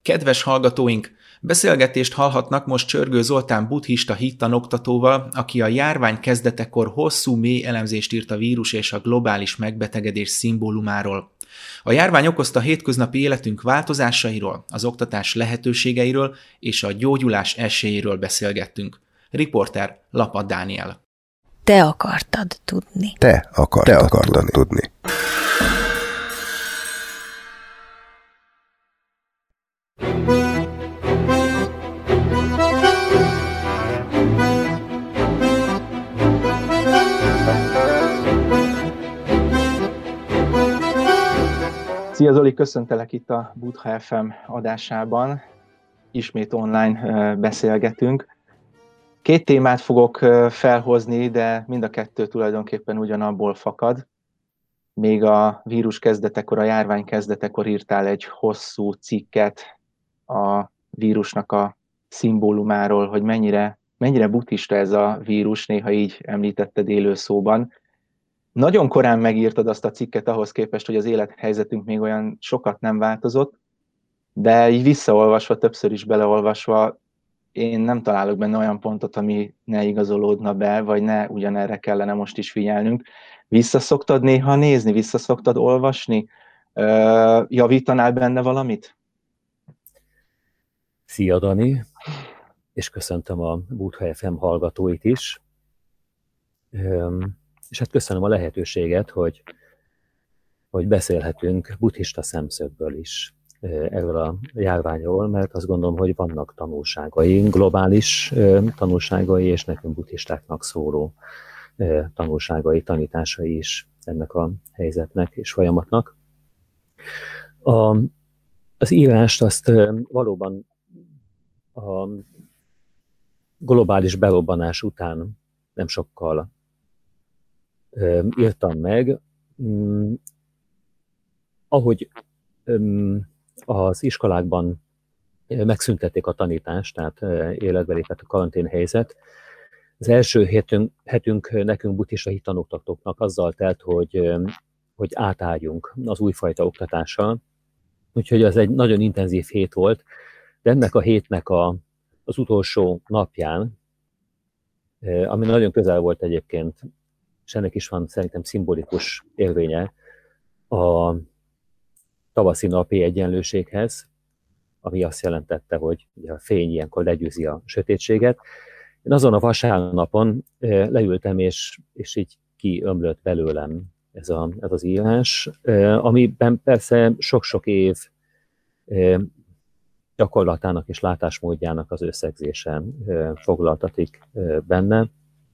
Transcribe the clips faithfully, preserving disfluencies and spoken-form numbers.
Kedves hallgatóink! Beszélgetést hallhatnak most Csörgő Zoltán buddhista hittanoktatóval, aki a járvány kezdetekor hosszú, mély elemzést írt a vírus és a globális megbetegedés szimbólumáról. A járvány okozta hétköznapi életünk változásairól, az oktatás lehetőségeiről és a gyógyulás esélyéről beszélgettünk. Riporter Lapad Dániel. Te akartad tudni. Te akartad, Te akartad tudni. Szia Zoli, köszöntelek itt a Buddha ef em adásában. Ismét online beszélgetünk. Két témát fogok felhozni, de mind a kettő tulajdonképpen ugyanabból fakad. Még a vírus kezdetekor, a járvány kezdetekor írtál egy hosszú cikket a vírusnak a szimbólumáról, hogy mennyire, mennyire buddhista ez a vírus, néha így említetted élő szóban. Nagyon korán megírtad azt a cikket ahhoz képest, hogy az élethelyzetünk még olyan sokat nem változott, de így visszaolvasva, többször is beleolvasva, én nem találok benne olyan pontot, ami ne igazolódna be, vagy ne ugyanerre kellene most is figyelnünk. Visszaszoktad néha nézni, visszaszoktad olvasni? Javítanál benne valamit? Szia Dani, és köszöntöm a Buddha ef em hallgatóit is. És hát köszönöm a lehetőséget, hogy, hogy beszélhetünk buddhista szemszögből is erről a járványról, mert azt gondolom, hogy vannak tanulságai, globális tanulságai, és nekünk buddhistáknak szóló tanulságai, tanításai is ennek a helyzetnek és folyamatnak. A, az írást azt valóban a globális berobbanás után nem sokkal írtam meg. Ahogy az iskolákban megszüntették a tanítást, tehát életbe lépett a karanténhelyzet, az első hetünk, hetünk nekünk buddhista hittanoktatóknak azzal telt, hogy, hogy átálljunk az újfajta oktatással. Úgyhogy ez egy nagyon intenzív hét volt, de ennek a hétnek a, az utolsó napján, ami nagyon közel volt egyébként, és ennek is van szerintem szimbolikus érvénye, a tavaszi napi egyenlőséghez, ami azt jelentette, hogy a fény ilyenkor legyőzi a sötétséget. Én azon a vasárnapon leültem, és, és így kiömlött belőlem ez, a, ez az írás, amiben persze sok-sok év gyakorlatának és látásmódjának az összegzése foglaltatik benne.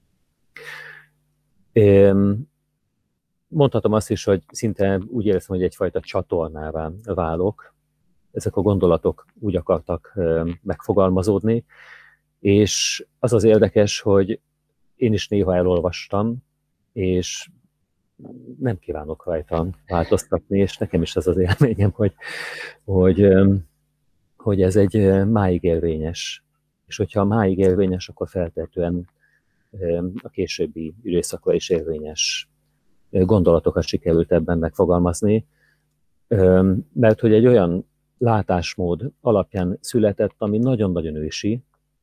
Mondhatom azt is, hogy szinte úgy éreztem, hogy egyfajta csatornává válok. Ezek a gondolatok úgy akartak megfogalmazódni, és az az érdekes, hogy én is néha elolvastam, és nem kívánok rajta változtatni, és nekem is az az élményem, hogy, hogy, hogy ez egy máig érvényes. És hogyha máig érvényes, akkor feltétlenül a későbbi időszakra is érvényes gondolatokat sikerült ebben megfogalmazni, mert hogy egy olyan látásmód alapján született, ami nagyon-nagyon ősi,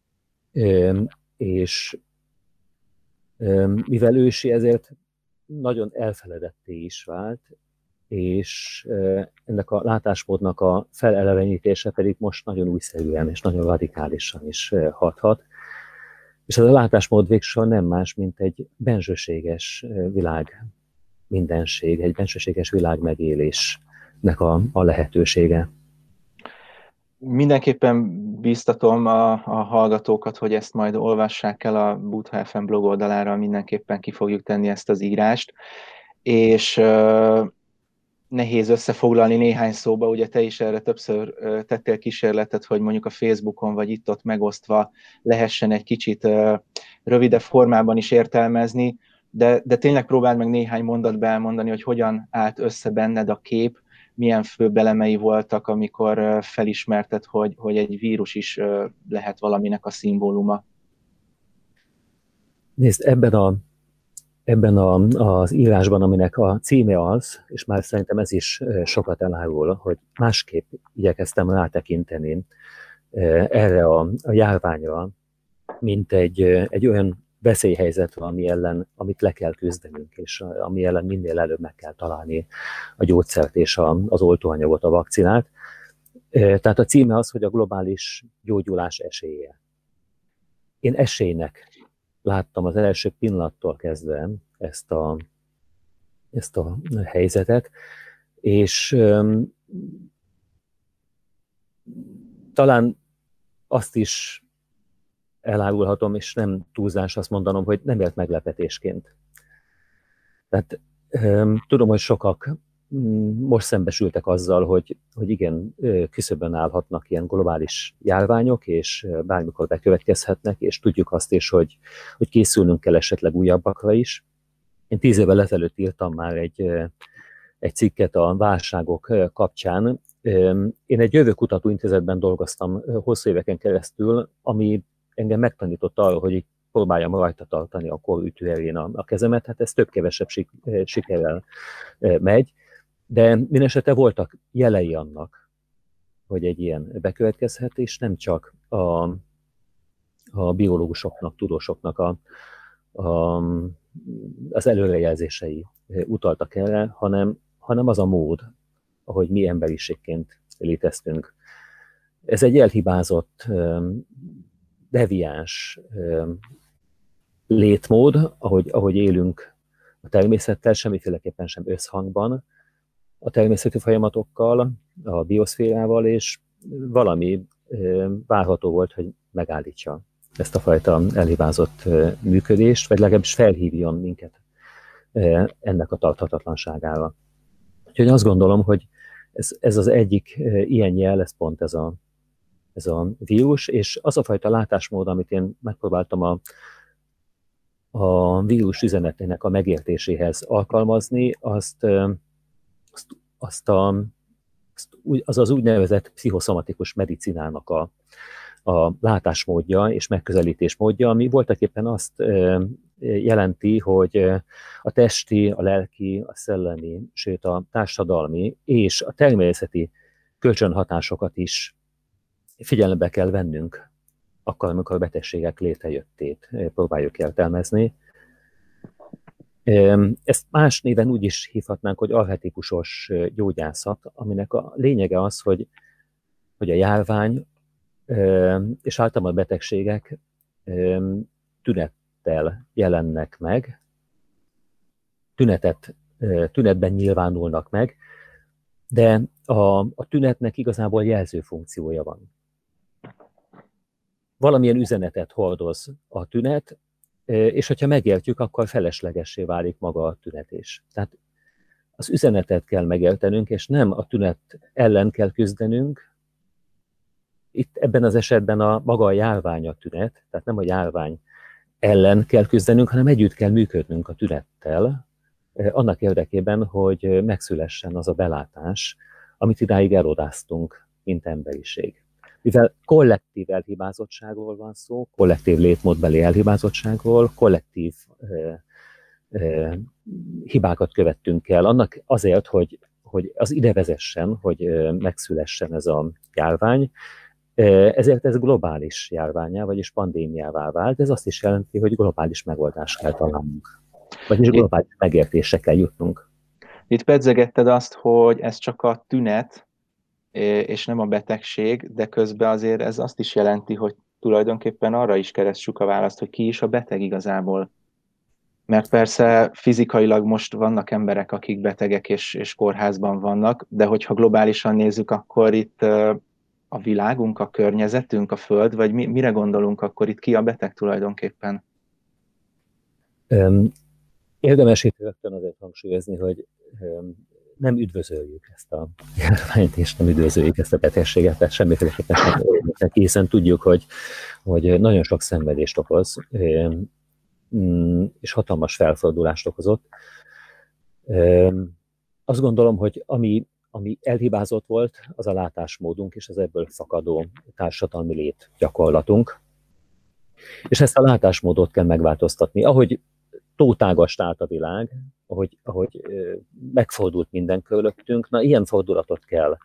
és mivel ősi, ezért nagyon elfeledetté is vált, és ennek a látásmódnak a felelevenítése pedig most nagyon újszerűen és nagyon radikálisan is hathat. És ez a látásmód végsősorban nem más, mint egy bensőséges világ mindenség, egy bensőséges világ megélésnek a, a lehetősége. Mindenképpen bíztatom a, a hallgatókat, hogy ezt majd olvassák el a Buddha ef em blog oldalára, mindenképpen ki fogjuk tenni ezt az írást, és uh, nehéz összefoglalni néhány szóba, ugye te is erre többször uh, tettél kísérletet, hogy mondjuk a Facebookon vagy itt-ott megosztva lehessen egy kicsit uh, rövidebb formában is értelmezni, de, de tényleg próbáld meg néhány mondatba elmondani, hogy hogyan állt össze benned a kép, milyen főbb elemei voltak, amikor felismerted, hogy, hogy egy vírus is lehet valaminek a szimbóluma. Nézd, ebben a ebben a, az írásban, aminek a címe az, és már szerintem ez is sokat elárul, hogy másképp igyekeztem rátekinteni erre a, a járványra, mint egy, egy olyan veszélyhelyzetre, ami ellen, amit le kell küzdenünk, és ami ellen minél előbb meg kell találni a gyógyszert és a, az oltóanyagot, a vakcinát. Tehát a címe az, hogy a globális gyógyulás esélye. Én esélynek láttam az első pillanattól kezdve ezt a, ezt a helyzetet, és um, talán azt is elárulhatom, és nem túlzás azt mondanom, hogy nem élt meglepetésként. Tehát um, tudom, hogy sokak um, most szembesültek azzal, hogy, hogy igen, küszöbön állhatnak ilyen globális járványok, és bármikor bekövetkezhetnek, és tudjuk azt is, hogy, hogy készülnünk kell esetleg újabbakra is. Én tíz évvel ezelőtt írtam már egy, egy cikket a válságok kapcsán. Én egy jövőkutató intézetben dolgoztam hosszú éveken keresztül, ami engem megtanított arra, hogy így próbáljam rajta tartani a korütőerén a, a kezemet. Hát ez több-kevesebb sik, sikerrel megy, de mindenesetre voltak jelei annak, hogy egy ilyen bekövetkezhet, és nem csak a, a biológusoknak, tudósoknak a, a, az előrejelzései utaltak erre, hanem, hanem az a mód, ahogy mi emberiségként léteztünk. Ez egy elhibázott, deviáns létmód, ahogy, ahogy élünk a természettel, semmiféleképpen sem összhangban a természeti folyamatokkal, a bioszférával, és valami várható volt, hogy megállítsa ezt a fajta elhibázott működést, vagy legalábbis felhívjon minket ennek a tarthatatlanságára. Úgyhogy azt gondolom, hogy ez, ez az egyik ilyen jel, ez pont ez a, ez a vírus, és az a fajta látásmód, amit én megpróbáltam a, a vírus üzenetének a megértéséhez alkalmazni, azt, azt, azt a, az az úgynevezett pszichoszomatikus medicinának a, a látásmódja és megközelítésmódja, ami voltaképpen azt jelenti, hogy a testi, a lelki, a szellemi, sőt a társadalmi és a természeti kölcsönhatásokat is figyelembe kell vennünk, akkor, amikor a betegségek létrejöttét próbáljuk értelmezni. Ezt más néven úgy is hívhatnánk, hogy archetipusos gyógyászat, aminek a lényege az, hogy, hogy a járvány és általában a betegségek tünettel jelennek meg, tünetet, tünetben nyilvánulnak meg, de a, a tünetnek igazából jelző funkciója van. Valamilyen üzenetet hordoz a tünet, és hogyha megértjük, akkor feleslegessé válik maga a tünet is. Tehát az üzenetet kell megértenünk, és nem a tünet ellen kell küzdenünk. Itt ebben az esetben a maga a járvány a tünet, tehát nem a járvány ellen kell küzdenünk, hanem együtt kell működnünk a tünettel, annak érdekében, hogy megszülessen az a belátás, amit idáig elodáztunk, mint emberiség. Mivel kollektív elhibázottságról van szó, kollektív létmódbeli elhibázottságról, kollektív eh, eh, hibákat követtünk el, annak azért, hogy, hogy az ide vezessen, hogy eh, megszülessen ez a járvány, eh, ezért ez globális járványá, vagyis pandémiává vált. Ez azt is jelenti, hogy globális megoldást kell találnunk, vagyis globális megértésre kell jutnunk. Itt pedzegetted azt, hogy ez csak a tünet, és nem a betegség, de közben azért ez azt is jelenti, hogy tulajdonképpen arra is keressük a választ, hogy ki is a beteg igazából. Mert persze fizikailag most vannak emberek, akik betegek és, és kórházban vannak, de hogyha globálisan nézzük, akkor itt a világunk, a környezetünk, a Föld, vagy mi, mire gondolunk, akkor itt ki a beteg tulajdonképpen? Um, érdemes itt rögtön azért hangsúlyozni, hogy um, nem üdvözöljük ezt a járványt, és nem üdvözöljük ezt a betegséget, tehát semmiféleképpen sem, hiszen tudjuk, hogy, hogy nagyon sok szenvedést okoz, és hatalmas felfordulást okozott. Azt gondolom, hogy ami, ami elhibázott volt, az a látásmódunk, és az ebből fakadó társadalmi lét gyakorlatunk. És ezt a látásmódot kell megváltoztatni. Ahogy tótágast állt a világ, ahogy, ahogy megfordult minden körülöttünk. Na, ilyen fordulatot kell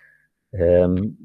um,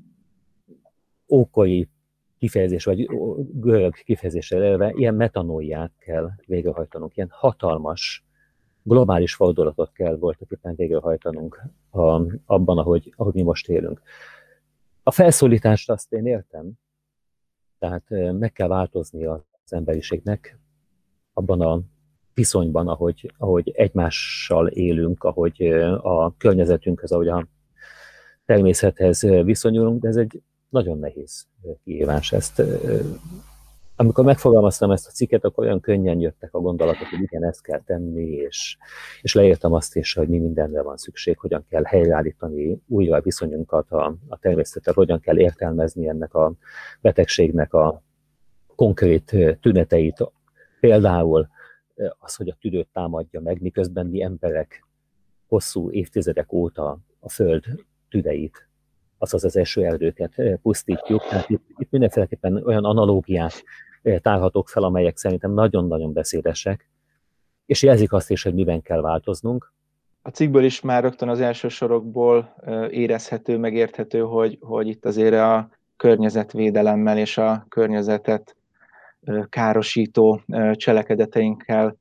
ókori kifejezés, vagy görög kifejezéssel élve, ilyen metanóiát kell végrehajtanunk, ilyen hatalmas, globális fordulatot kell voltak éppen végrehajtanunk a, abban, ahogy, ahogy mi most élünk. A felszólítást azt én értem, tehát meg kell változni az emberiségnek abban a viszonyban, ahogy, ahogy egymással élünk, ahogy a környezetünkhöz, ahogy a természethez viszonyulunk, de ez egy nagyon nehéz kihívás. Ezt, amikor megfogalmaztam ezt a cikket, akkor olyan könnyen jöttek a gondolatok, hogy igen, ezt kell tenni, és, és leírtam azt is, hogy mi mindenre van szükség, hogyan kell helyreállítani újra a viszonyunkat a, a természettel, hogyan kell értelmezni ennek a betegségnek a konkrét tüneteit. Például az, hogy a tüdőt támadja meg, miközben mi emberek hosszú évtizedek óta a Föld tüdeit, azaz az esőerdőket pusztítjuk. Tehát itt, itt mindenféleképpen olyan analógiák tárhatók fel, amelyek szerintem nagyon-nagyon beszédesek, és jelzik azt is, hogy miben kell változnunk. A cikkből is már rögtön az első sorokból érezhető, megérthető, hogy, hogy itt azért a környezetvédelemmel és a környezetet károsító cselekedeteinkkel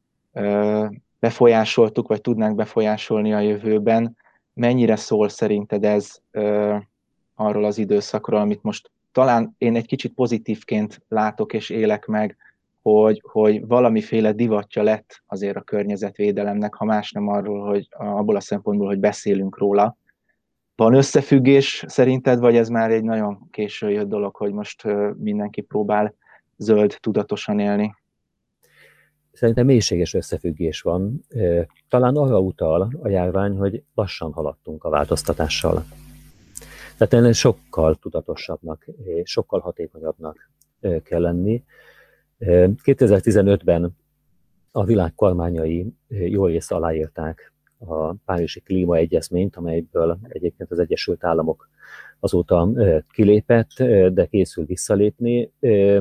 befolyásoltuk, vagy tudnánk befolyásolni a jövőben. Mennyire szól szerinted ez arról az időszakról, amit most talán én egy kicsit pozitívként látok és élek meg, hogy, hogy valamiféle divatja lett azért a környezetvédelemnek, ha más nem arról, hogy abból a szempontból, hogy beszélünk róla. Van összefüggés szerinted, vagy ez már egy nagyon késő jött dolog, hogy most mindenki próbál zöld tudatosan élni? Szerintem mélységes összefüggés van. Talán arra utal a járvány, hogy lassan haladtunk a változtatással. Tehát ennél sokkal tudatosabbnak, sokkal hatékonyabbnak kell lenni. kétezer-tizenötben a világ kormányai jó részt aláírták a Párizsi Klímaegyezményt, amelyből egyébként az Egyesült Államok azóta kilépett, de készül visszalépni.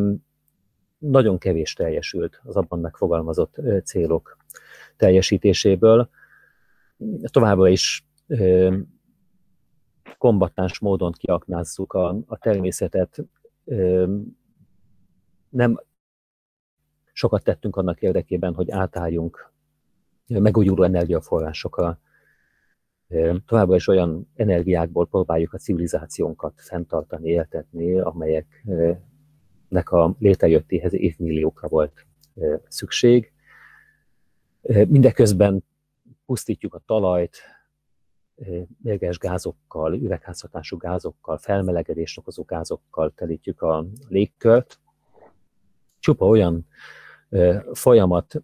Nagyon kevés teljesült az abban megfogalmazott célok teljesítéséből. Továbbra is kombattáns módon kiaknázzuk a, a természetet. Nem sokat tettünk annak érdekében, hogy átálljunk megújuló energiaforrásokra. Továbbra is olyan energiákból próbáljuk a civilizációnkat fenntartani, éltetni, amelyeknek a létrejöttéhez évmilliókra volt szükség. Mindeközben pusztítjuk a talajt, mérges gázokkal, üvegházhatású gázokkal, felmelegedést okozó gázokkal telítjük a légkört. Csupa olyan ö, folyamat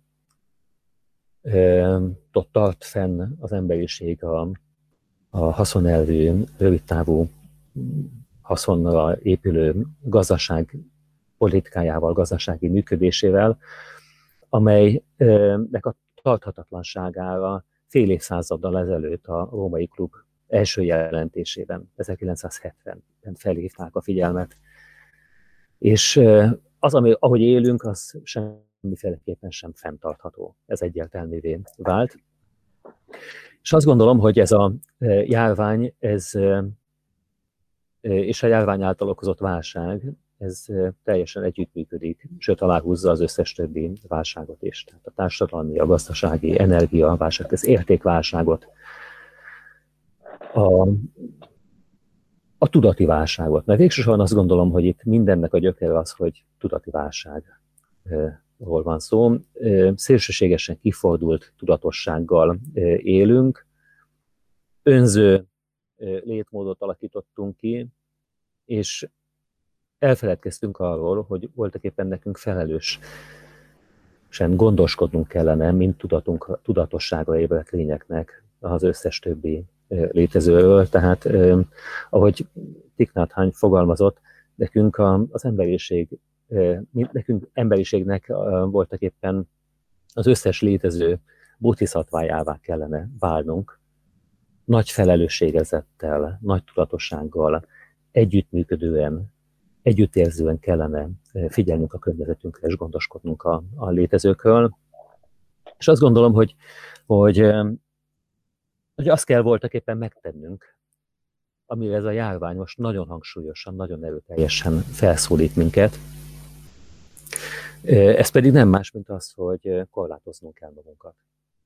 ö, tart fenn az emberiség a, a haszonelvű, rövidtávú haszonra épülő gazdaság politikájával, gazdasági működésével, amelynek a tarthatatlanságára fél évszázaddal ezelőtt a Római Klub első jelentésében, ezerkilencszázhetvenben felhívták a figyelmet. És az, ami, ahogy élünk, az semmiféleképpen sem fenntartható. Ez egyértelművé vált. És azt gondolom, hogy ez a járvány, ez, és a járvány által okozott válság, ez teljesen együttműködik, sőt aláhúzza az összes többi válságot is. Tehát a társadalmi, a gazdasági, energiaválság, az értékválságot, a, a tudati válságot. Mert végsősorban azt gondolom, hogy itt mindennek a gyökere az, hogy tudati válságról van szó. Szélsőségesen kifordult tudatossággal élünk, önző létmódot alakítottunk ki, és elfeledkeztünk arról, hogy voltak éppen nekünk felelős, sem gondoskodnunk kellene, mint tudatunk, tudatosságra ébredt lényeknek az összes többi létezőről. Tehát, ahogy Thich Nhat Hanh fogalmazott, nekünk az emberiség, nekünk emberiségnek voltak éppen az összes létező bodhisattvájává kellene válnunk, nagy felelősségezettel, nagy tudatossággal, együttműködően, együttérzően kellene figyelnünk a környezetünkre és gondoskodnunk a, a létezőkről. És azt gondolom, hogy, hogy, hogy azt kell voltak éppen megtennünk, amire ez a járvány most nagyon hangsúlyosan, nagyon erőteljesen felszólít minket. Ez pedig nem más, mint az, hogy korlátoznunk kell magunkat.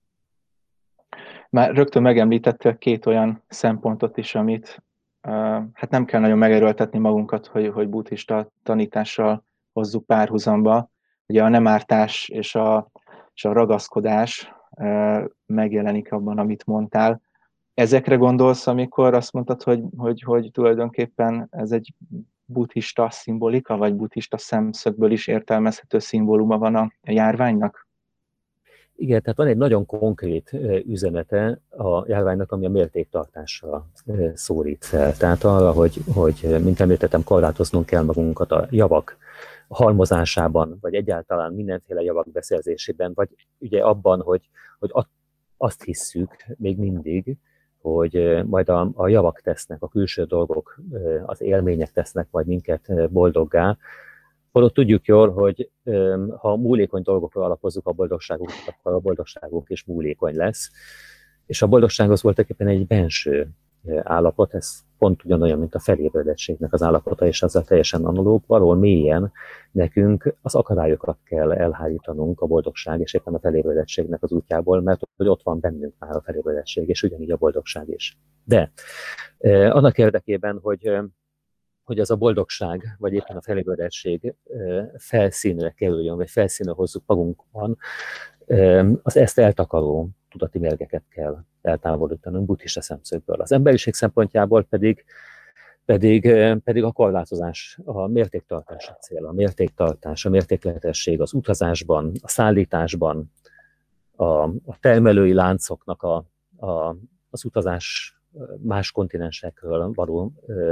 Már rögtön megemlítettél két olyan szempontot is, amit uh, hát nem kell nagyon megerőltetni magunkat, hogy, hogy buddhista tanítással hozzuk párhuzamba. Ugye a nem ártás és a, és a ragaszkodás uh, megjelenik abban, amit mondtál. Ezekre gondolsz, amikor azt mondtad, hogy, hogy, hogy tulajdonképpen ez egy buddhista szimbolika, vagy buddhista szemszögből is értelmezhető szimbóluma van a járványnak? Igen, tehát van egy nagyon konkrét üzenete a járványnak, ami a mértéktartásra szólít fel. Tehát arra, hogy, hogy mint említettem, korlátoznunk kell magunkat a javak halmozásában, vagy egyáltalán mindenféle javak beszerzésében, vagy ugye abban, hogy, hogy azt hisszük még mindig, hogy majd a, a javak tesznek, a külső dolgok, az élmények tesznek majd minket boldoggá. Holott tudjuk jól, hogy ha múlékony dolgokra alapozzuk a boldogságunkat, akkor a boldogságunk is múlékony lesz. És a boldogság az voltak éppen egy benső állapot, ez pont ugyanolyan, mint a felébredettségnek az állapota, és ezzel teljesen analóg, valahol mélyen nekünk az akadályokat kell elhárítanunk a boldogság, és éppen a felébredettségnek az útjából, mert hogy ott van bennünk már a felébredettség, és ugyanígy a boldogság is. De eh, annak érdekében, hogy hogy ez a boldogság, vagy éppen a felébredettség felszínre kerüljön, vagy felszínre hozzuk magunkban, az ezt eltakaró tudati mérgeket kell eltávolítanunk buddhista szemszögből. Az emberiség szempontjából pedig, pedig, pedig a korlátozás, a mértéktartás a cél, a mértéktartás, a mértékletesség az utazásban, a szállításban, a, a termelői láncoknak a, a, az utazás más kontinensekről való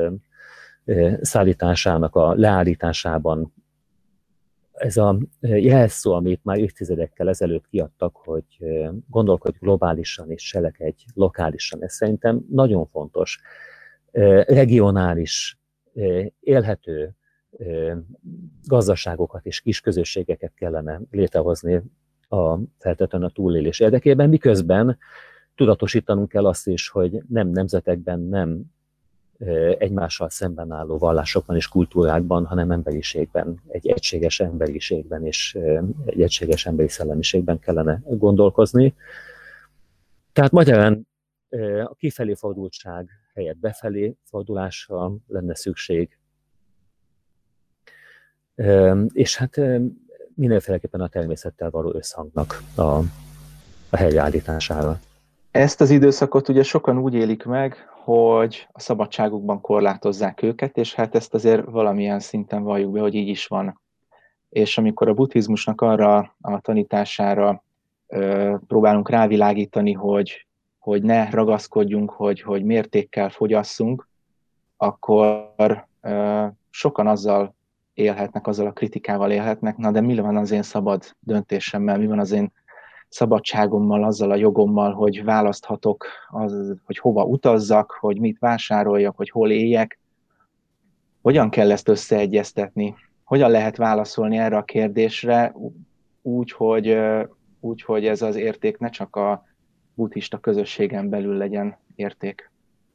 szállításának a leállításában. Ez a jelszó, amit már évtizedekkel ezelőtt kiadtak, hogy gondolkodj globálisan és cselekedj lokálisan, ez szerintem nagyon fontos. Regionális, élhető gazdaságokat és kis közösségeket kellene létrehozni a feltétlenül a túlélés érdekében, miközben tudatosítanunk kell azt is, hogy nem nemzetekben, nem egymással szemben álló vallásokban és kultúrákban, hanem emberiségben, egy egységes emberiségben és egy egységes emberi szellemiségben kellene gondolkozni. Tehát magyarán a kifelé fordultság helyett befelé fordulásra lenne szükség, és hát mindenféleképpen a természettel való összhangnak a, a helyreállítására. Ezt az időszakot ugye sokan úgy élik meg, hogy a szabadságukban korlátozzák őket, és hát ezt azért valamilyen szinten valljuk be, hogy így is van. És amikor a buddhizmusnak arra a tanítására ö, próbálunk rávilágítani, hogy, hogy ne ragaszkodjunk, hogy, hogy mértékkel fogyasszunk, akkor ö, sokan azzal élhetnek, azzal a kritikával élhetnek, na de mi van az én szabad döntésemmel, mi van az én szabadságommal, azzal a jogommal, hogy választhatok, az, hogy hova utazzak, hogy mit vásároljak, hogy hol éljek. Hogyan kell ezt összeegyeztetni? Hogyan lehet válaszolni erre a kérdésre úgy, hogy, úgy, hogy ez az érték ne csak a buddhista közösségen belül legyen érték?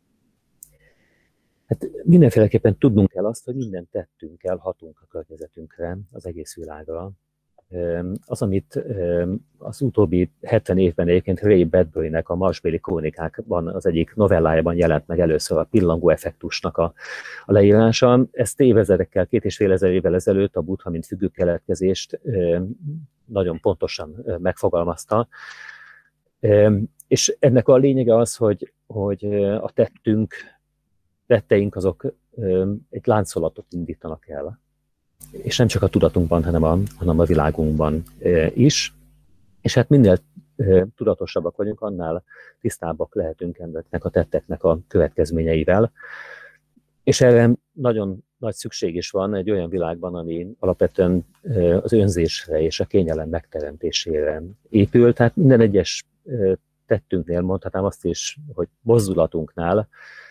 Hát mindenféleképpen tudnunk kell azt, hogy mindent tettünk el, hatunk a környezetünkre, az egész világra. Az, amit az utóbbi hetven évben egyébként Ray Bradburynek a Marsbéli krónikákban az egyik novellájában jelent meg először a pillangó effektusnak a, a leírása. Ezt évezredekkel, két és fél ezer évvel ezelőtt a Buddha, mint függő keletkezést nagyon pontosan megfogalmazta. És ennek a lényege az, hogy, hogy a tettünk, tetteink azok egy láncolatot indítanak el. És nem csak a tudatunkban, hanem a, hanem a világunkban is. És hát minél tudatosabbak vagyunk, annál tisztábbak lehetünk ennek a tetteknek a következményeivel. És erre nagyon nagy szükség is van egy olyan világban, ami alapvetően az önzésre és a kényelem megteremtésére épül. Tehát minden egyes tettünknél, mondhatnám azt is, hogy mozdulatunknál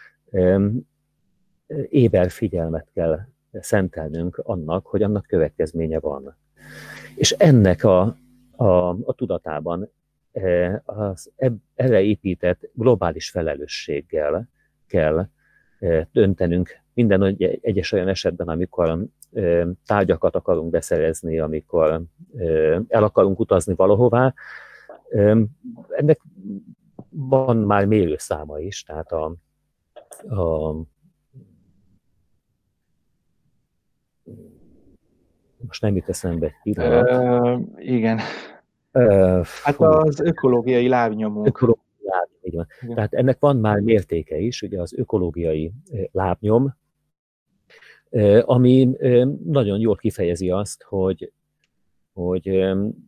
éber figyelmet kell szentelnünk annak, hogy annak következménye van. És ennek a, a, a tudatában az erre épített globális felelősséggel kell döntenünk minden egyes olyan esetben, amikor tárgyakat akarunk beszerezni, amikor el akarunk utazni valahová. Ennek van már mérőszáma is, tehát a, a most nem jut eszembe egy pillanat. Uh, igen. Uh, hát az ökológiai lábnyomunk. Ökológiai lábnyom, így van. Igen. Tehát ennek van már mértéke is, ugye az ökológiai lábnyom, ami nagyon jól kifejezi azt, hogy, hogy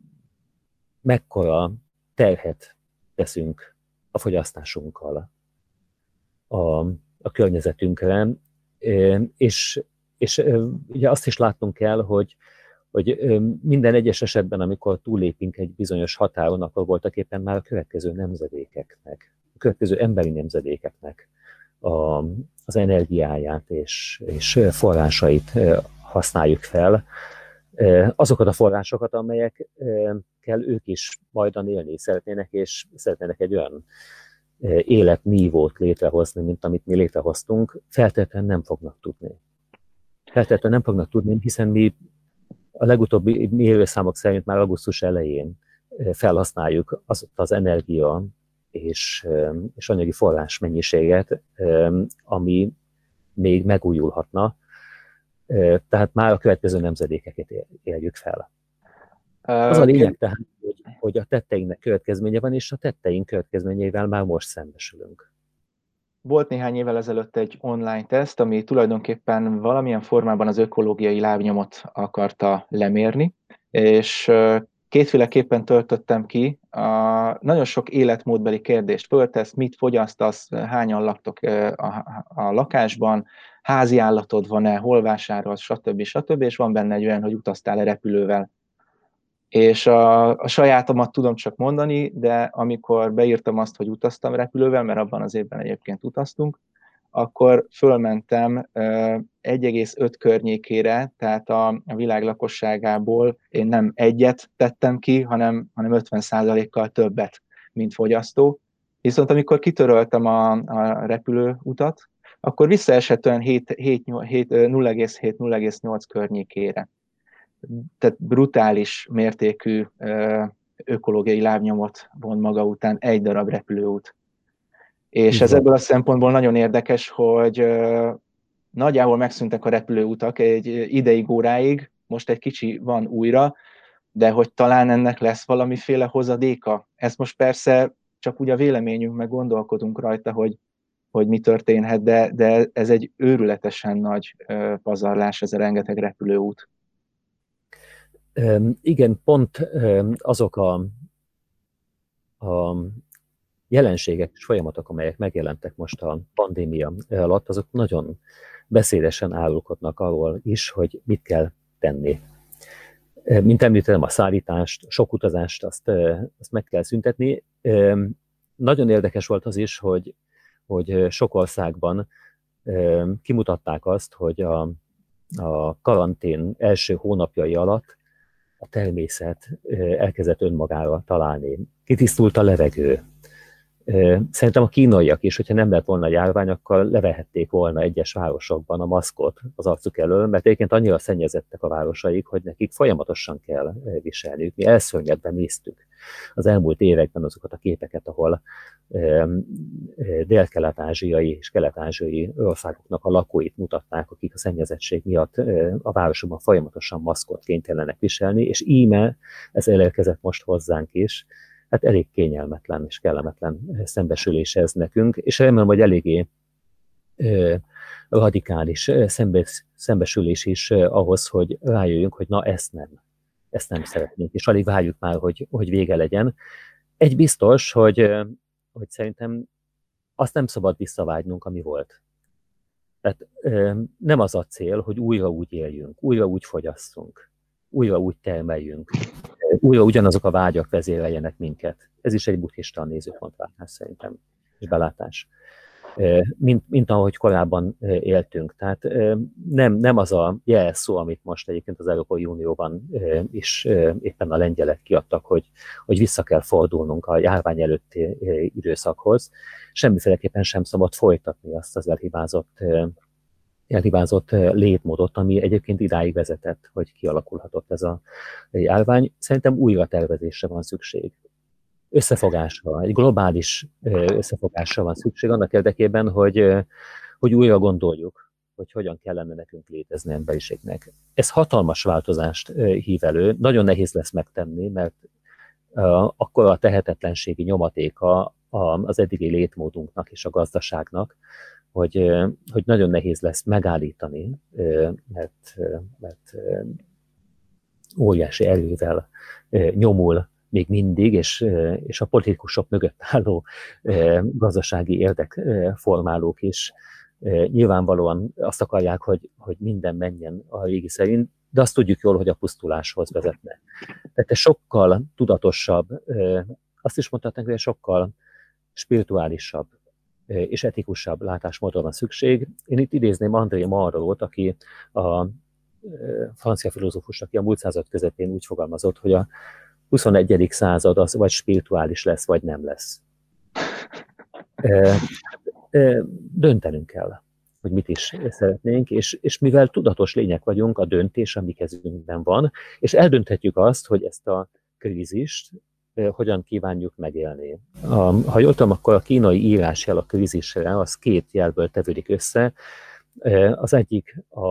mekkora terhet teszünk a fogyasztásunkkal a, a környezetünkre, és, és ugye azt is látnunk kell, hogy, hogy minden egyes esetben, amikor túllépünk egy bizonyos határon, akkor voltak éppen már a következő nemzedékeknek, a következő emberi nemzedékeknek a, az energiáját és, és forrásait használjuk fel. Azokat a forrásokat, amelyekkel ők is majdan élni szeretnének, és szeretnének egy olyan életnívót létrehozni, mint amit mi létrehoztunk, feltétlenül nem fognak tudni. Feltétlenül nem fognak tudni, hiszen mi a legutóbbi mérőszámok szerint már augusztus elején felhasználjuk azt az energia és, és anyagi forrás mennyiséget, ami még megújulhatna, tehát már a következő nemzedékeket éljük fel. Az a lényeg tehát, hogy, hogy a tetteinknek következménye van, és a tetteink következményeivel már most szembesülünk. Volt néhány évvel ezelőtt egy online teszt, ami tulajdonképpen valamilyen formában az ökológiai lábnyomot akarta lemérni, és kétféleképpen töltöttem ki. A nagyon sok életmódbeli kérdést föltesz, mit fogyasztasz, hányan laktok a, a lakásban, házi állatod van-e, hol vásárolsz, stb. stb. És van benne egy olyan, hogy utaztál-e repülővel. És a, a sajátomat tudom csak mondani, de amikor beírtam azt, hogy utaztam repülővel, mert abban az évben egyébként utaztunk, akkor fölmentem egy egész öt környékére, tehát a, a világ lakosságából én nem egyet tettem ki, hanem, hanem ötven százalékkal többet, mint fogyasztó. Viszont amikor kitöröltem a, a repülőutat, akkor visszaesett olyan nulla egész hét nulla egész nyolc környékére. Tehát brutális mértékű ökológiai lábnyomot von maga után egy darab repülőút. És Igen. ez ebből a szempontból nagyon érdekes, hogy nagyjából megszűntek a repülőutak egy ideig, óráig, most egy kicsi van újra, de hogy talán ennek lesz valamiféle hozadéka. Ez most persze csak úgy a véleményünk, meg gondolkodunk rajta, hogy, hogy mi történhet, de, de ez egy őrületesen nagy pazarlás, ez a rengeteg repülőút. Igen, pont azok a, a jelenségek és folyamatok, amelyek megjelentek most a pandémia alatt, azok nagyon beszédesen árulkodnak arról is, hogy mit kell tenni. Mint említettem, a szállítást, sok utazást, azt, azt meg kell szüntetni. Nagyon érdekes volt az is, hogy, hogy sok országban kimutatták azt, hogy a, a karantén első hónapjai alatt a természet elkezdett önmagára találni. Kitisztult a levegő. Szerintem a kínaiak is, hogyha nem lett volna járvány, akkor levehették volna egyes városokban a maszkot az arcuk elől, mert egyébként annyira szennyezettek a városaik, hogy nekik folyamatosan kell viselniük. Mi elszörnyedve néztük az elmúlt években azokat a képeket, ahol dél-kelet-ázsiai és kelet-ázsiai országoknak a lakóit mutatták, akik a szennyezettség miatt a városokban folyamatosan maszkot kénytelenek viselni, és íme ez elérkezett most hozzánk is. Hát elég kényelmetlen és kellemetlen szembesülés ez nekünk, és remélem, hogy eléggé ö, radikális szembes, szembesülés is ö, ahhoz, hogy rájöjjünk, hogy na ezt nem, ezt nem szeretnénk, és alig várjuk már, hogy, hogy vége legyen. Egy biztos, hogy, ö, hogy szerintem azt nem szabad visszavágynunk, ami volt. Tehát ö, nem az a cél, hogy újra úgy éljünk, újra úgy fogyasszunk, újra úgy termeljünk, újra ugyanazok a vágyak vezéreljenek minket. Ez is egy buddhista nézőpontváltás szerintem, és belátás. mint, mint ahogy korábban éltünk. Tehát nem, nem az a jelszó, amit most egyébként az Európai Unióban is éppen a lengyelek kiadtak, hogy, hogy vissza kell fordulnunk a járvány előtti időszakhoz. Semmiféleképpen sem szabad folytatni azt az elhibázott, elhibázott létmódot, ami egyébként idáig vezetett, hogy kialakulhatott ez a járvány. Szerintem újra tervezésre van szükség. Összefogásra, egy globális összefogásra van szükség annak érdekében, hogy, hogy újra gondoljuk, hogy hogyan kellene nekünk létezni emberiségnek. Ez hatalmas változást hív elő, nagyon nehéz lesz megtenni, mert akkor a tehetetlenségi nyomatéka az eddigi létmódunknak és a gazdaságnak, hogy, hogy nagyon nehéz lesz megállítani, mert, mert óriási erővel nyomul még mindig, és, és a politikusok mögött álló gazdasági érdekformálók is nyilvánvalóan azt akarják, hogy, hogy minden menjen a régi szerint, de azt tudjuk jól, hogy a pusztuláshoz vezetne. Tehát ez sokkal tudatosabb, azt is mondhatnánk, hogy sokkal spirituálisabb és etikusabb látásmódra van szükség. Én itt idézném André Malraux-t, aki a francia filozófus, aki a múlt század közepén úgy fogalmazott, hogy a huszonegyedik század az vagy spirituális lesz, vagy nem lesz. Döntenünk kell, hogy mit is szeretnénk, és, és mivel tudatos lények vagyunk, a döntés a mi kezünkben van, és eldönthetjük azt, hogy ezt a krízist hogyan kívánjuk megélni. A, ha jól tudom, akkor a kínai írásjel a krízisre az két jelből tevődik össze. Az egyik a,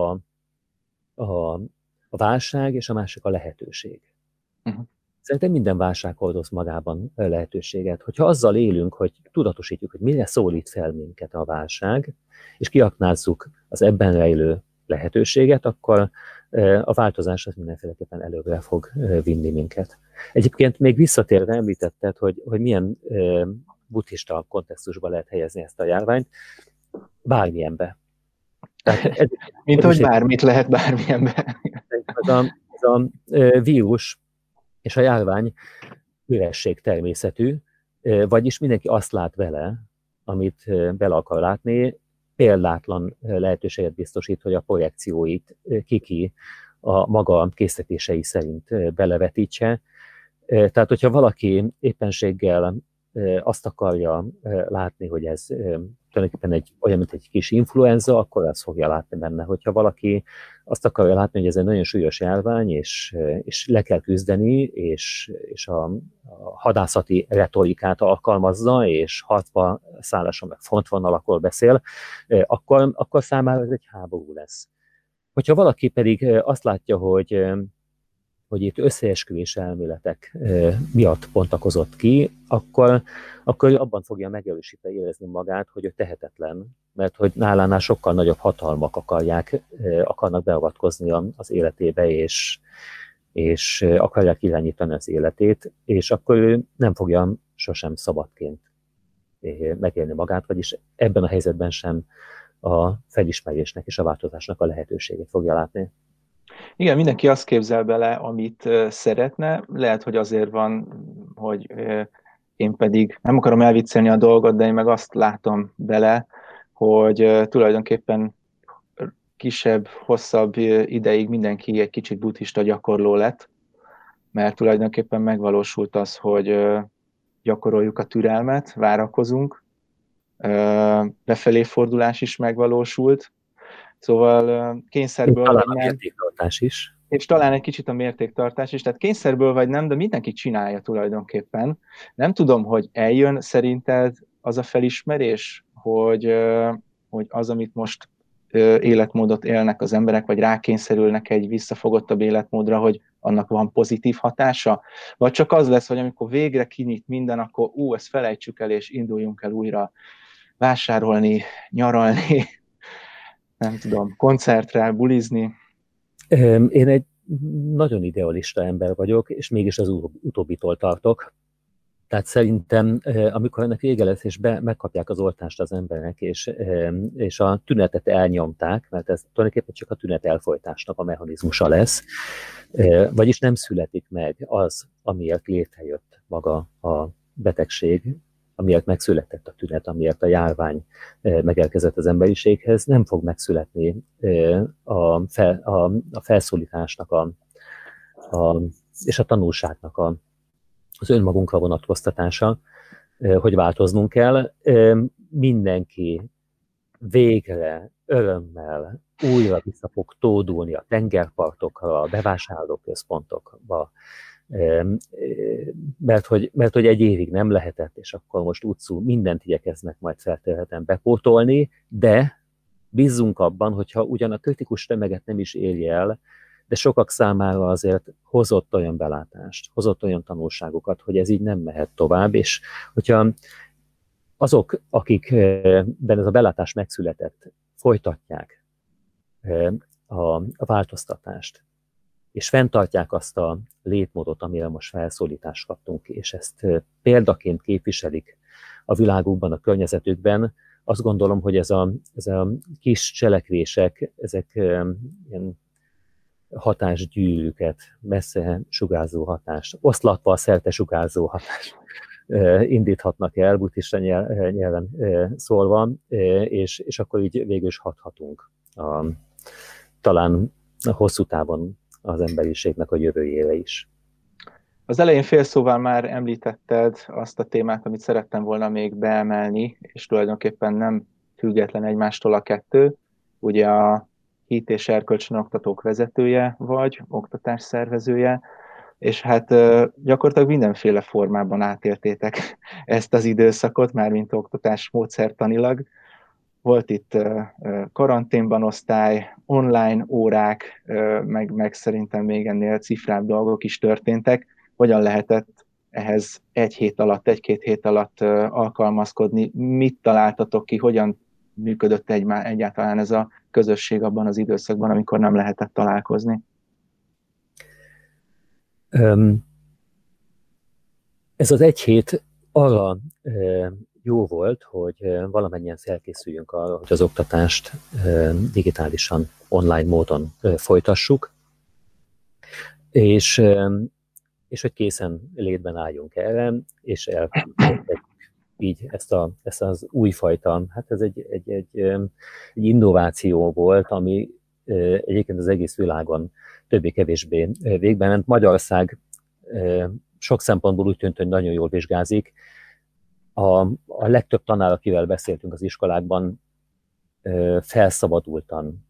a, a válság, és a másik a lehetőség. Uh-huh. Szerintem minden válság hordoz magában lehetőséget. Hogyha azzal élünk, hogy tudatosítjuk, hogy mire szólít fel minket a válság, és kiaknázzuk az ebben rejlő lehetőséget, akkor a változás az mindenféleképpen előbbre fog vinni minket. Egyébként még visszatérve említetted, hogy, hogy milyen buddhista kontextusba lehet helyezni ezt a járványt, bármilyenbe. Tehát ez, Mint hogy bármit lehet bármilyenbe. Ez a, ez a vírus és a járvány üresség természetű, vagyis mindenki azt lát vele, amit bele akar látni, példátlan lehetőséget biztosít, hogy a projekcióit kiki a maga késztetései szerint belevetítse. Tehát, hogyha valaki éppenséggel azt akarja látni, hogy ez tulajdonképpen egy, olyan, mint egy kis influenza, akkor azt fogja látni benne. Hogyha valaki azt akarja látni, hogy ez egy nagyon súlyos járvány, és, és le kell küzdeni, és, és a, a hadászati retorikát alkalmazza, és harcba szálláson meg frontvonalakról beszél, akkor, akkor számára ez egy háború lesz. Hogyha valaki pedig azt látja, hogy hogy itt összeesküvés elméletek miatt pontakozott ki, akkor, akkor abban fogja megerősíteni érezni magát, hogy ő tehetetlen, mert hogy nálánál sokkal nagyobb hatalmak akarják, akarnak beavatkozni az életébe, és, és akarják irányítani az életét, és akkor ő nem fogja sosem szabadként megélni magát, vagyis ebben a helyzetben sem a felismerésnek és a változásnak a lehetőségét fogja látni. Igen, mindenki azt képzel bele, amit szeretne. Lehet, hogy azért van, hogy én pedig nem akarom elviccelni a dolgot, de én meg azt látom bele, hogy tulajdonképpen kisebb, hosszabb ideig mindenki egy kicsit buddhista gyakorló lett, mert tulajdonképpen megvalósult az, hogy gyakoroljuk a türelmet, várakozunk, befelé fordulás is megvalósult, szóval kényszerből talán vagy a nem. Mértéktartás is. És talán egy kicsit a mértéktartás is, tehát kényszerből vagy nem, de mindenki csinálja tulajdonképpen. Nem tudom, hogy eljön szerinted az a felismerés, hogy, hogy az, amit most életmódot élnek az emberek, vagy rákényszerülnek egy visszafogottabb életmódra, hogy annak van pozitív hatása? Vagy csak az lesz, hogy amikor végre kinyit minden, akkor ú, ezt felejtsük el, és induljunk el újra vásárolni, nyaralni, nem tudom, koncertre, bulizni? Én egy nagyon idealista ember vagyok, és mégis az utóbbitól tartok. Tehát szerintem, amikor ennek vége lesz, és be, megkapják az oltást az emberek, és, és a tünetet elnyomták, mert ez tulajdonképpen csak a tünet elfolytásnak a mechanizmusa lesz, vagyis nem születik meg az, amiért létrejött maga a betegség, amiért megszületett a tünet, amiért a járvány megelkezett az emberiséghez, nem fog megszületni a, fel, a, a felszólításnak a, a, és a tanulságnak a, az önmagunkra vonatkoztatása, hogy változnunk kell. Mindenki végre, örömmel újra vissza fog tódulni a tengerpartokra, a bevásárlóközpontokba, mert hogy, mert hogy egy évig nem lehetett, és akkor most utcú mindent igyekeznek majd feltérheten bepótolni, de bízzunk abban, hogyha ugyan a kritikus tömeget nem is érje el, de sokak számára azért hozott olyan belátást, hozott olyan tanulságokat, hogy ez így nem mehet tovább, és hogyha azok, akikben ez a belátás megszületett, folytatják a, a változtatást, és fenntartják azt a létmódot, amire most felszólítást kaptunk, és ezt példaként képviselik a világukban, a környezetükben, azt gondolom, hogy ez a, ez a kis cselekvések, ezek ilyen hatásgyűrűket, messze sugárzó hatást, oszlatva szerte sugárzó hatást indíthatnak el, buddhista nyelven szólva, és, és akkor így végül is hathatunk a, talán hosszú távon az emberiségnek a jövőjére is. Az elején fél szóval már említetted azt a témát, amit szerettem volna még beemelni, és tulajdonképpen nem független egymástól a kettő. Ugye a hit és erkölcsön oktatók vezetője vagy, oktatás szervezője, és hát gyakorlatilag mindenféle formában átéltétek ezt az időszakot, mármint oktatás módszertanilag. Volt itt karanténban osztály, online órák, meg, meg szerintem még ennél cifrább dolgok is történtek. Hogyan lehetett ehhez egy hét alatt, egy-két hét alatt alkalmazkodni? Mit találtatok ki? Hogyan működött egy, egyáltalán ez a közösség abban az időszakban, amikor nem lehetett találkozni? Ez az egy hét arra jó volt, hogy valamennyien felkészüljünk arra, hogy az oktatást digitálisan, online módon folytassuk, és, és hogy készen létben álljunk erre, és elkezdjük így ezt, a, ezt az újfajta, hát ez egy, egy, egy, egy innováció volt, ami egyébként az egész világon többé-kevésbé végben ment. Magyarország sok szempontból úgy tűnt, hogy nagyon jól vizsgázik. A, a legtöbb tanár, akivel beszéltünk az iskolákban, felszabadultan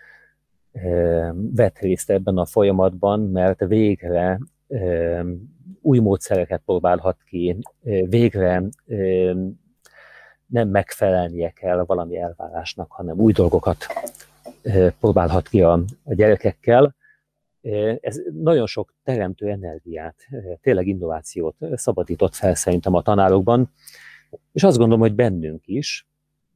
vett részt ebben a folyamatban, mert végre új módszereket próbálhat ki, végre nem megfelelnie kell valami elvárásnak, hanem új dolgokat próbálhat ki a, a gyerekekkel. Ez nagyon sok teremtő energiát, tényleg innovációt szabadított fel szerintem a tanárokban, és azt gondolom, hogy bennünk is.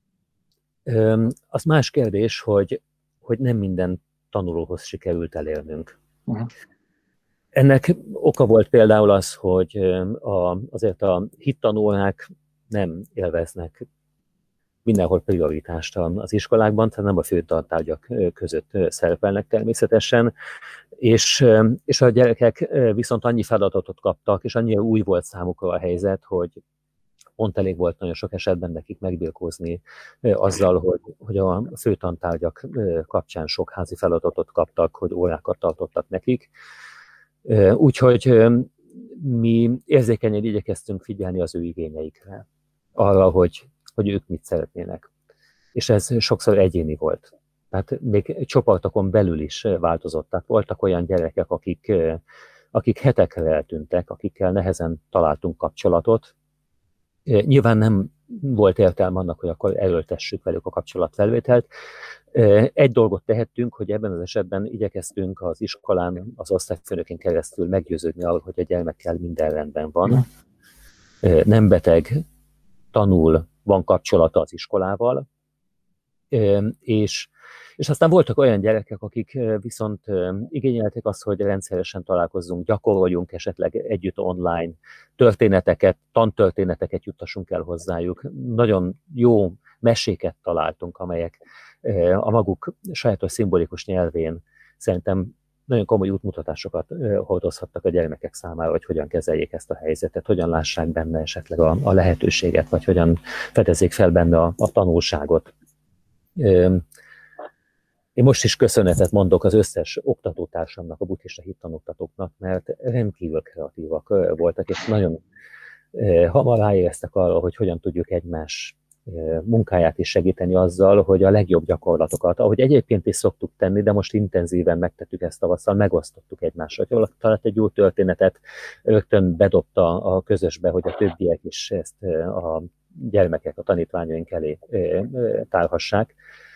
Az más kérdés, hogy, hogy nem minden tanulóhoz sikerült elérnünk. Uh-huh. Ennek oka volt például az, hogy a, azért a hittanórák nem élveznek mindenhol prioritást az iskolákban, tehát nem a fő tantárgyak között szerepelnek természetesen, és, és a gyerekek viszont annyi feladatot kaptak, és annyira új volt számukra a helyzet, hogy pont elég volt nagyon sok esetben nekik megbirkózni azzal, hogy, hogy a fő tantárgyak kapcsán sok házi feladatot kaptak, hogy órákat tartottak nekik. Úgyhogy mi érzékenyen igyekeztünk figyelni az ő igényeikre, arra, hogy, hogy ők mit szeretnének. És ez sokszor egyéni volt. Tehát még csoportokon belül is változott. Tehát voltak olyan gyerekek, akik, akik hetekre eltűntek, akikkel nehezen találtunk kapcsolatot. Nyilván nem volt értelme annak, hogy akkor erőltessük velük a kapcsolatfelvételt. Egy dolgot tehettünk, hogy ebben az esetben igyekeztünk az iskolán, az osztályfőnökén keresztül meggyőződni arról, hogy a gyermekkel minden rendben van. Nem beteg, tanul, van kapcsolata az iskolával, és, és aztán voltak olyan gyerekek, akik viszont igényelték azt, hogy rendszeresen találkozzunk, gyakoroljunk esetleg együtt online történeteket, tantörténeteket juttassunk el hozzájuk. Nagyon jó meséket találtunk, amelyek a maguk sajátos szimbolikus nyelvén szerintem nagyon komoly útmutatásokat hordozhattak a gyermekek számára, hogy hogyan kezeljék ezt a helyzetet, hogyan lássák benne esetleg a, a lehetőséget, vagy hogyan fedezzék fel benne a, a tanulságot. Én most is köszönetet mondok az összes oktatótársamnak, a buddhista hittanoktatóknak, mert rendkívül kreatívak voltak, és nagyon hamar ráéreztek arra, hogy hogyan tudjuk egymás munkáját is segíteni azzal, hogy a legjobb gyakorlatokat, ahogy egyébként is szoktuk tenni, de most intenzíven megtettük ezt tavasszal, megosztottuk egymással. Ha valaki talált egy jó történetet, rögtön bedobta a közösbe, hogy a többiek is ezt a gyermekek, a tanítványaink elé tárhassák.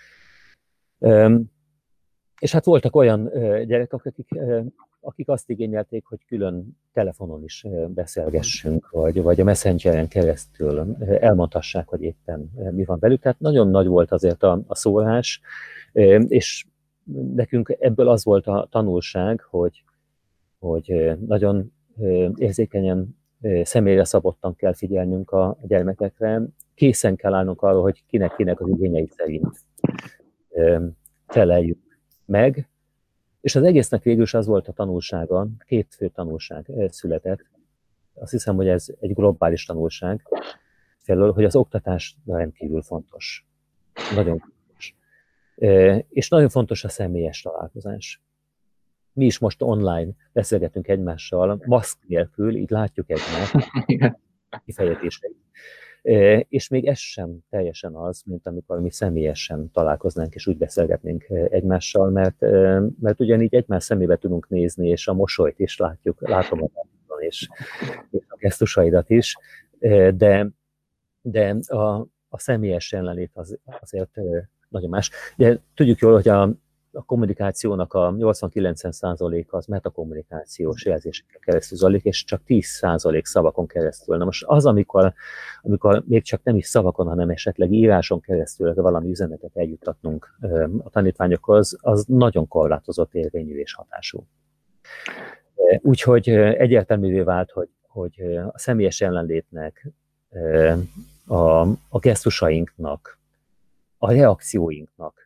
És hát voltak olyan gyerekek, akik, akik azt igényelték, hogy külön telefonon is beszélgessünk, vagy, vagy a Messengeren keresztül elmondhassák, hogy éppen mi van velük. Tehát nagyon nagy volt azért a, a szórás, és nekünk ebből az volt a tanulság, hogy, hogy nagyon érzékenyen, személyre szabottan kell figyelnünk a gyermekekre, készen kell állnunk arra, hogy kinek-kinek az igényei szerint feleljük meg, és az egésznek végül is az volt a tanulsága, két fő tanulság született. Azt hiszem, hogy ez egy globális tanulság, felől, hogy az oktatás rendkívül fontos. Nagyon fontos. És nagyon fontos a személyes találkozás. Mi is most online beszélgetünk egymással, maszk nélkül, így látjuk egymást kifejezéseit. És még ez sem teljesen az, mint amikor mi személyesen találkoznánk, és úgy beszélgetnénk egymással, mert, mert ugyanígy egymás szemébe tudunk nézni, és a mosolyt is látjuk, látom a és, és a gesztusaidat is, de, de a, a személyes jelenlét az, azért nagyon más. De tudjuk jól, hogy a a kommunikációnak a nyolcvan-kilencven százaléka az metakommunikációs jelzéseken keresztül zajlik, és csak tíz százalék szavakon keresztül. Na most az, amikor, amikor még csak nem is szavakon, hanem esetleg íráson keresztül valami üzenetet eljuttatnunk a tanítványokhoz, az nagyon korlátozott érvényű és hatású. Úgyhogy egyértelművé vált, hogy, hogy a személyes jelenlétnek, a, a gesztusainknak, a reakcióinknak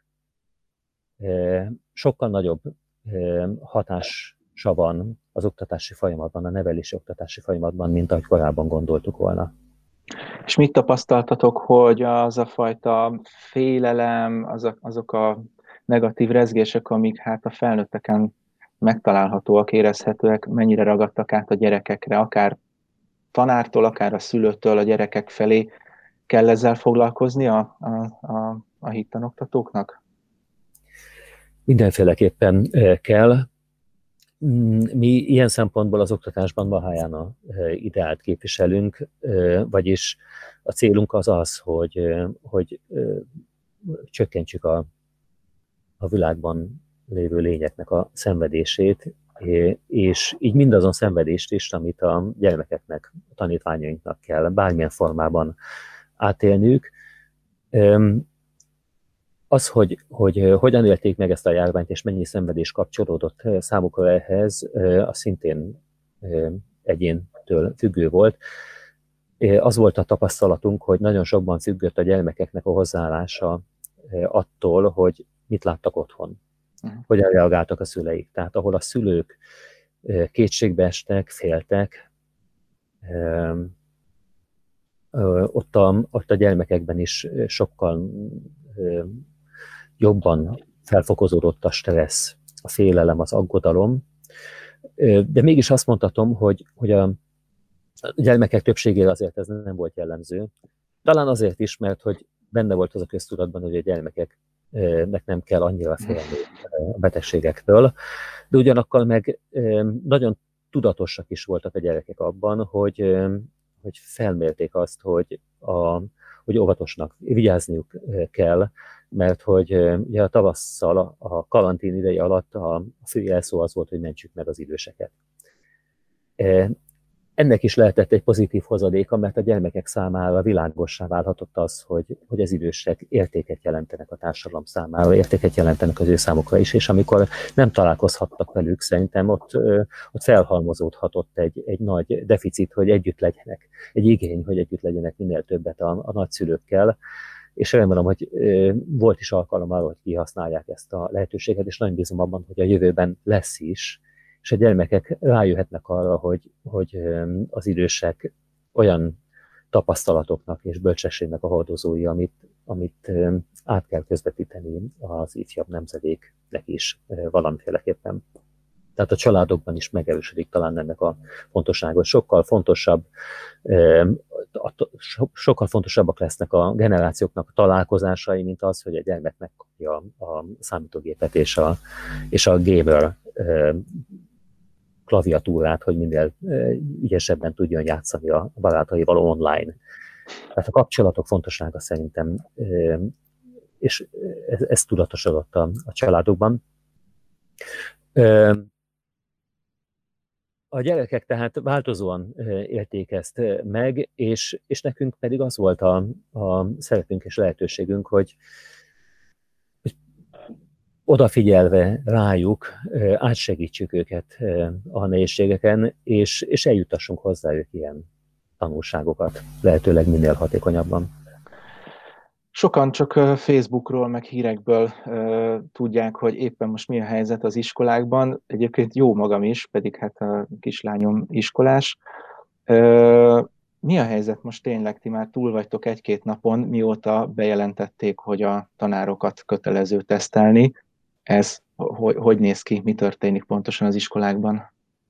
sokkal nagyobb hatása van az oktatási folyamatban, a nevelési oktatási folyamatban, mint ahogy korábban gondoltuk volna. És mit tapasztaltatok, hogy az a fajta félelem, azok, azok a negatív rezgések, amik hát a felnőtteken megtalálhatóak, érezhetőek, mennyire ragadtak át a gyerekekre, akár tanártól, akár a szülőtől a gyerekek felé, kell ezzel foglalkozni a, a, a, a hittanoktatóknak? Mindenféleképpen kell. Mi ilyen szempontból az oktatásban Mahayana ideált képviselünk, vagyis a célunk az az, hogy, hogy csökkentsük a, a világban lévő lényeknek a szenvedését, és így mindazon szenvedést is, amit a gyermekeknek, a tanítványainknak kell bármilyen formában átélniük. Az, hogy, hogy hogyan élték meg ezt a járványt, és mennyi szenvedés kapcsolódott számukra ehhez, az szintén egyéntől függő volt. Az volt a tapasztalatunk, hogy nagyon sokban függött a gyermekeknek a hozzáállása attól, hogy mit láttak otthon, hogyan reagáltak a szüleik. Tehát ahol a szülők kétségbe estek, féltek, ott a, ott a gyermekekben is sokkal jobban felfokozódott a stressz, a félelem, az aggodalom. De mégis azt mondhatom, hogy, hogy a gyermekek többségére azért ez nem volt jellemző. Talán azért is, mert hogy benne volt az a köztudatban, hogy a gyermekeknek nem kell annyira félni a betegségektől, de ugyanakkor meg nagyon tudatosak is voltak a gyerekek abban, hogy, hogy felmérték azt, hogy, a, hogy óvatosnak, vigyázniuk kell, mert hogy ugye a tavasszal, a karantén ideje alatt a fő jelszó az volt, hogy mentsük meg az időseket. Ennek is lehetett egy pozitív hozadéka, mert a gyermekek számára világossá válhatott az, hogy, hogy az idősek értéket jelentenek a társadalom számára, értéket jelentenek az ő számukra is, és amikor nem találkozhattak velük, szerintem ott, ott felhalmozódhatott egy, egy nagy deficit, hogy együtt legyenek, egy igény, hogy együtt legyenek minél többet a, a nagyszülőkkel, és remélem, hogy volt is alkalom arra, hogy kihasználják ezt a lehetőséget, és nagyon bízom abban, hogy a jövőben lesz is, és a gyermekek rájöhetnek arra, hogy, hogy az idősek olyan tapasztalatoknak és bölcsességnek a hordozói, amit, amit át kell közvetíteni az ifjabb nemzedéknek is valamiféleképpen. Tehát a családokban is megerősödik talán ennek a fontossága. Sokkal fontosabb, sokkal fontosabbak lesznek a generációknak a találkozásai, mint az, hogy a gyermek megkapja a számítógépet és a, és a gamer klaviatúrát, hogy minél ügyesebben tudjon játszani a barátaival online. Tehát a kapcsolatok fontossága szerintem, és ez, ez tudatosodott a, a családokban. A gyerekek tehát változóan élték ezt meg, és, és nekünk pedig az volt a, a szerepünk és lehetőségünk, hogy, hogy odafigyelve rájuk átsegítsük őket a nehézségeken, és, és eljutassunk hozzájuk ilyen tanulságokat, lehetőleg minél hatékonyabban. Sokan csak Facebookról, meg hírekből uh, tudják, hogy éppen most mi a helyzet az iskolákban. Egyébként jó magam is, pedig hát a kislányom iskolás. Uh, mi a helyzet most tényleg? Ti már túl vagytok egy-két napon, mióta bejelentették, hogy a tanárokat kötelező tesztelni. Ez hogy, hogy néz ki? Mi történik pontosan az iskolákban?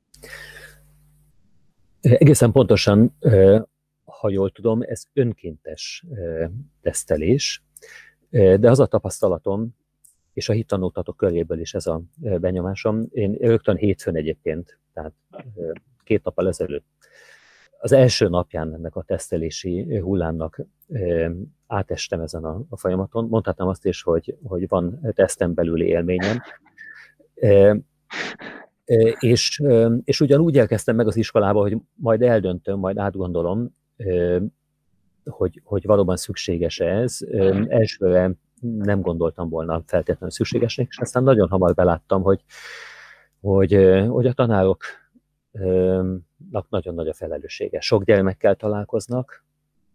Egészen pontosan, ha jól tudom, ez önkéntes tesztelés, de az a tapasztalatom, és a hittanóktatók köréből is ez a benyomásom, én rögtön hétfőn egyébként, tehát két nappal ezelőtt, az első napján ennek a tesztelési hullámnak átestem ezen a, a folyamaton. Mondhatnám azt is, hogy, hogy van teszten belüli élményem. És, és ugyanúgy elkezdtem meg az iskolába, hogy majd eldöntöm, majd átgondolom, hogy, hogy valóban szükséges ez. Elsőre nem gondoltam volna feltétlenül szükségesnek, és aztán nagyon hamar beláttam, hogy, hogy, hogy a tanároknak nagyon nagy a felelőssége. Sok gyermekkel találkoznak,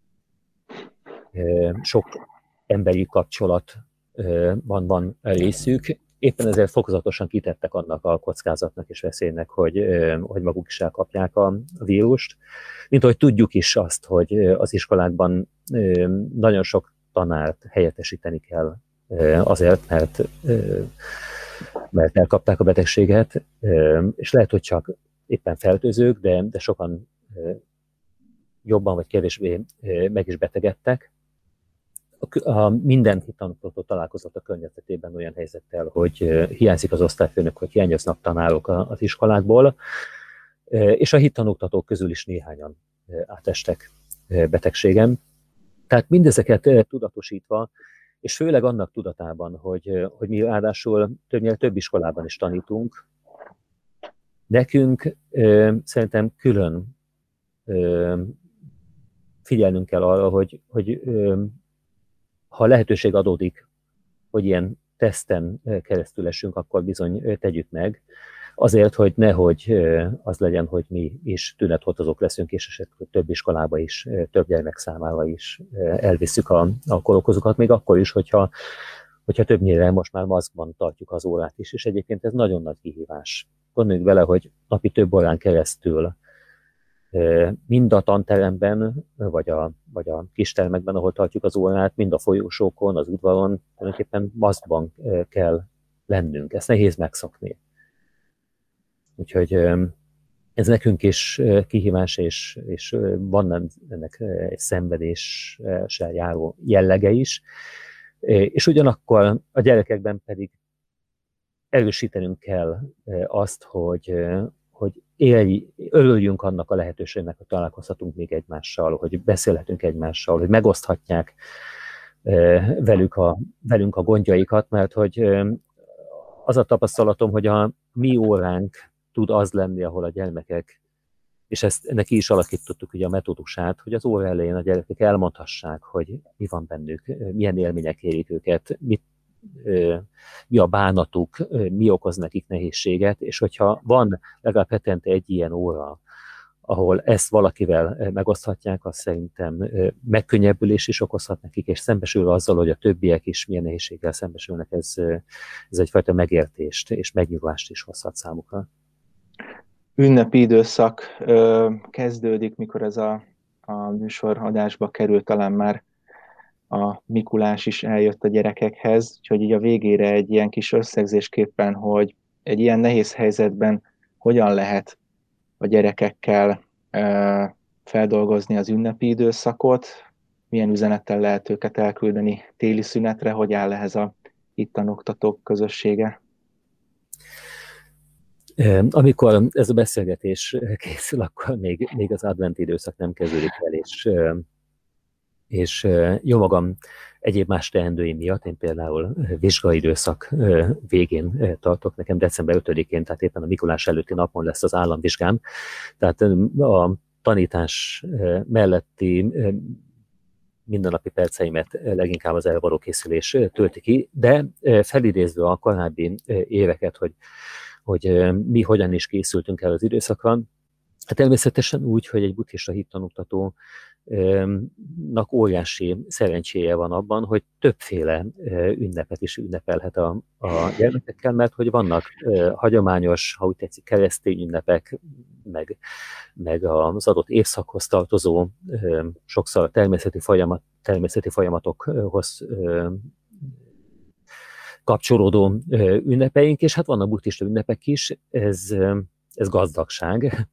sok emberi kapcsolat van, van részük, éppen ezért fokozatosan kitettek annak a kockázatnak és veszélynek, hogy, hogy maguk is elkapják a vírust. Mint ahogy tudjuk is azt, hogy az iskolákban nagyon sok tanárt helyettesíteni kell azért, mert, mert elkapták a betegséget, és lehet, hogy csak éppen fertőzők, de, de sokan jobban vagy kevésbé meg is betegedtek. A minden hittanoktató találkozott a környezetében olyan helyzettel, hogy hiányzik az osztályfőnök, hogy hiányoznak tanárok az iskolákból, és a hittanoktatók közül is néhányan átestek betegségem. Tehát mindezeket tudatosítva, és főleg annak tudatában, hogy, hogy mi ráadásul többnyire több iskolában is tanítunk, nekünk szerintem külön figyelnünk kell arra, hogy, hogy ha lehetőség adódik, hogy ilyen teszten keresztül esünk, akkor bizony tegyük meg. Azért, hogy nehogy az legyen, hogy mi is tünethordozók leszünk, és esetleg több iskolába is, több gyermek számára is elvisszük a, a korokozókat, még akkor is, hogyha, hogyha többnyire most már maszkban tartjuk az órát is, és egyébként ez nagyon nagy kihívás. Gondoljunk vele, hogy napi több órán keresztül mind a tanteremben, vagy a, vagy a kistermekben, ahol tartjuk az órát, mind a folyósókon, az udvaron, tulajdonképpen maszkban kell lennünk. Ezt nehéz megszokni. Úgyhogy ez nekünk is kihívás, és, és van ennek egy szenvedéssel járó jellege is. És ugyanakkor a gyerekekben pedig erősítenünk kell azt, hogy, hogy élj, örüljünk annak a lehetőségnek, hogy találkozhatunk még egymással, hogy beszélhetünk egymással, hogy megoszthatják velük a, velünk a gondjaikat, mert hogy az a tapasztalatom, hogy a mi óránk tud az lenni, ahol a gyermekek, és ezt neki is alakítottuk ugye a metódusát, hogy az óra elején a gyerekek elmondhassák, hogy mi van bennük, milyen élmények érik őket, mit, mi a bánatuk, mi okoz nekik nehézséget, és hogyha van legalább hetente egy ilyen óra, ahol ezt valakivel megoszthatják, az szerintem megkönnyebbülés is okozhat nekik, és szembesülve azzal, hogy a többiek is milyen nehézséggel szembesülnek, ez, ez egyfajta megértést és megnyugvást is hozhat számukra. Ünnepi időszak ö, kezdődik, mikor ez a, a műsor adásba került, talán már a Mikulás is eljött a gyerekekhez, úgyhogy így a végére egy ilyen kis összegzésképpen, hogy egy ilyen nehéz helyzetben hogyan lehet a gyerekekkel ö, feldolgozni az ünnepi időszakot, milyen üzenettel lehet őket elküldeni téli szünetre, hogy áll ehhez a hittanoktatók közössége. Amikor ez a beszélgetés készül, akkor még, még az advent időszak nem kezdődik el, és, és jó magam egyéb más teendőim miatt, én például vizsgai időszak végén tartok, nekem december ötödikén, tehát éppen a Mikulás előtti napon lesz az államvizsgám, tehát a tanítás melletti mindennapi perceimet leginkább az elvaró készülés tölti ki, de felidézve a korábbi éveket, hogy hogy mi hogyan is készültünk el az időszakra. Hát természetesen úgy, hogy egy buddhista hittanoktatónak óriási szerencséje van abban, hogy többféle ünnepet is ünnepelhet a, a gyermekekkel, mert hogy vannak hagyományos, ha úgy tetszik, keresztény ünnepek, meg, meg az adott évszakhoz tartozó, sokszor a természeti, folyamat, természeti folyamatokhoz kapcsolódó ünnepeink, és hát vannak buddhista ünnepek is, ez, ez gazdagság,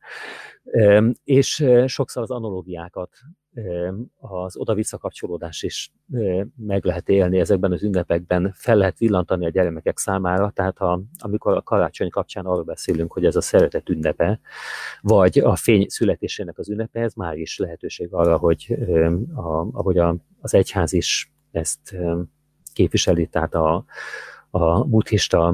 és sokszor az analógiákat, az oda-vissza kapcsolódás is meg lehet élni ezekben az ünnepekben, fel lehet villantani a gyermekek számára, tehát ha, amikor a karácsony kapcsán arról beszélünk, hogy ez a szeretet ünnepe, vagy a fény születésének az ünnepe, ez már is lehetőség arra, hogy a, ahogy a, az egyház is ezt képviseli, tehát a, a buddhista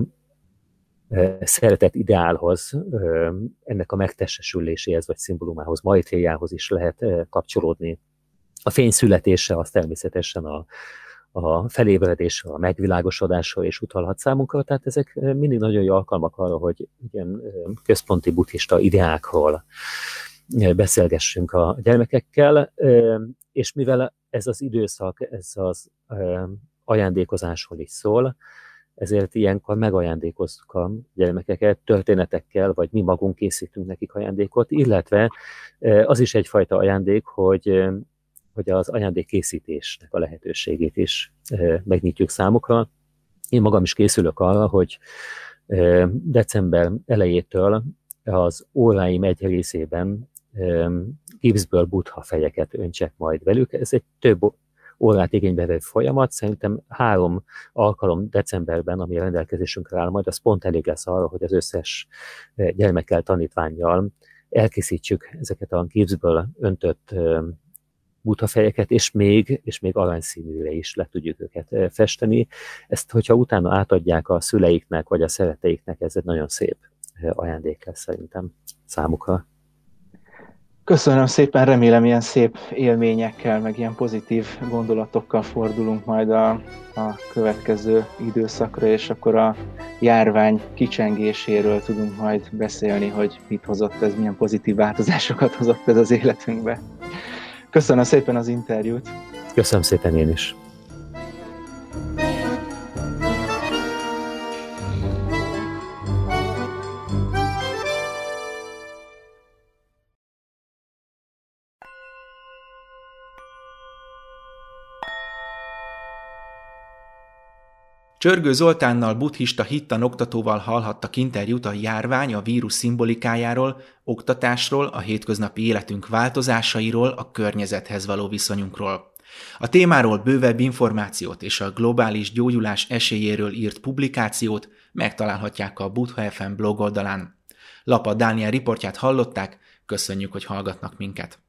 szeretet ideálhoz, ennek a megtestesüléséhez vagy szimbólumához, majtréjához is lehet kapcsolódni. A fény születése az természetesen a, a felébredésre, a megvilágosodásra is utalhat számunkra, tehát ezek mindig nagyon jó alkalmak arra, hogy ilyen központi buddhista ideákról beszélgessünk a gyermekekkel, és mivel ez az időszak, ez az ajándékozásról is szól, ezért ilyenkor megajándékoztuk a gyermekeket történetekkel, vagy mi magunk készítünk nekik ajándékot, illetve az is egyfajta ajándék, hogy, hogy az ajándékkészítésnek a lehetőségét is megnyitjuk számukra. Én magam is készülök arra, hogy december elejétől az óráim egy részében gipszből buddha fejeket öntsek majd velük. Ez egy több órát igénybe vevő folyamat, szerintem három alkalom decemberben, ami a rendelkezésünkre áll majd, az pont elég lesz arra, hogy az összes gyermekkel, tanítvánnyal elkészítsük ezeket a gipszből öntött buddha fejeket, és még, és még aranyszínűre is le tudjuk őket festeni. Ezt, hogyha utána átadják a szüleiknek, vagy a szeretteiknek, ez egy nagyon szép ajándék lesz szerintem számukra. Köszönöm szépen, remélem ilyen szép élményekkel, meg ilyen pozitív gondolatokkal fordulunk majd a, a következő időszakra, és akkor a járvány kicsengéséről tudunk majd beszélni, hogy mit hozott ez, milyen pozitív változásokat hozott ez az életünkbe. Köszönöm szépen az interjút. Köszönöm szépen én is. Csörgő Zoltánnal, buddhista hittanoktatóval hallhattak interjút a járvány, a vírus szimbolikájáról, oktatásról, a hétköznapi életünk változásairól, a környezethez való viszonyunkról. A témáról bővebb információt és a globális gyógyulás esélyéről írt publikációt megtalálhatják a Buddha ef em blog oldalán. Lapa Dániel riportját hallották, köszönjük, hogy hallgatnak minket.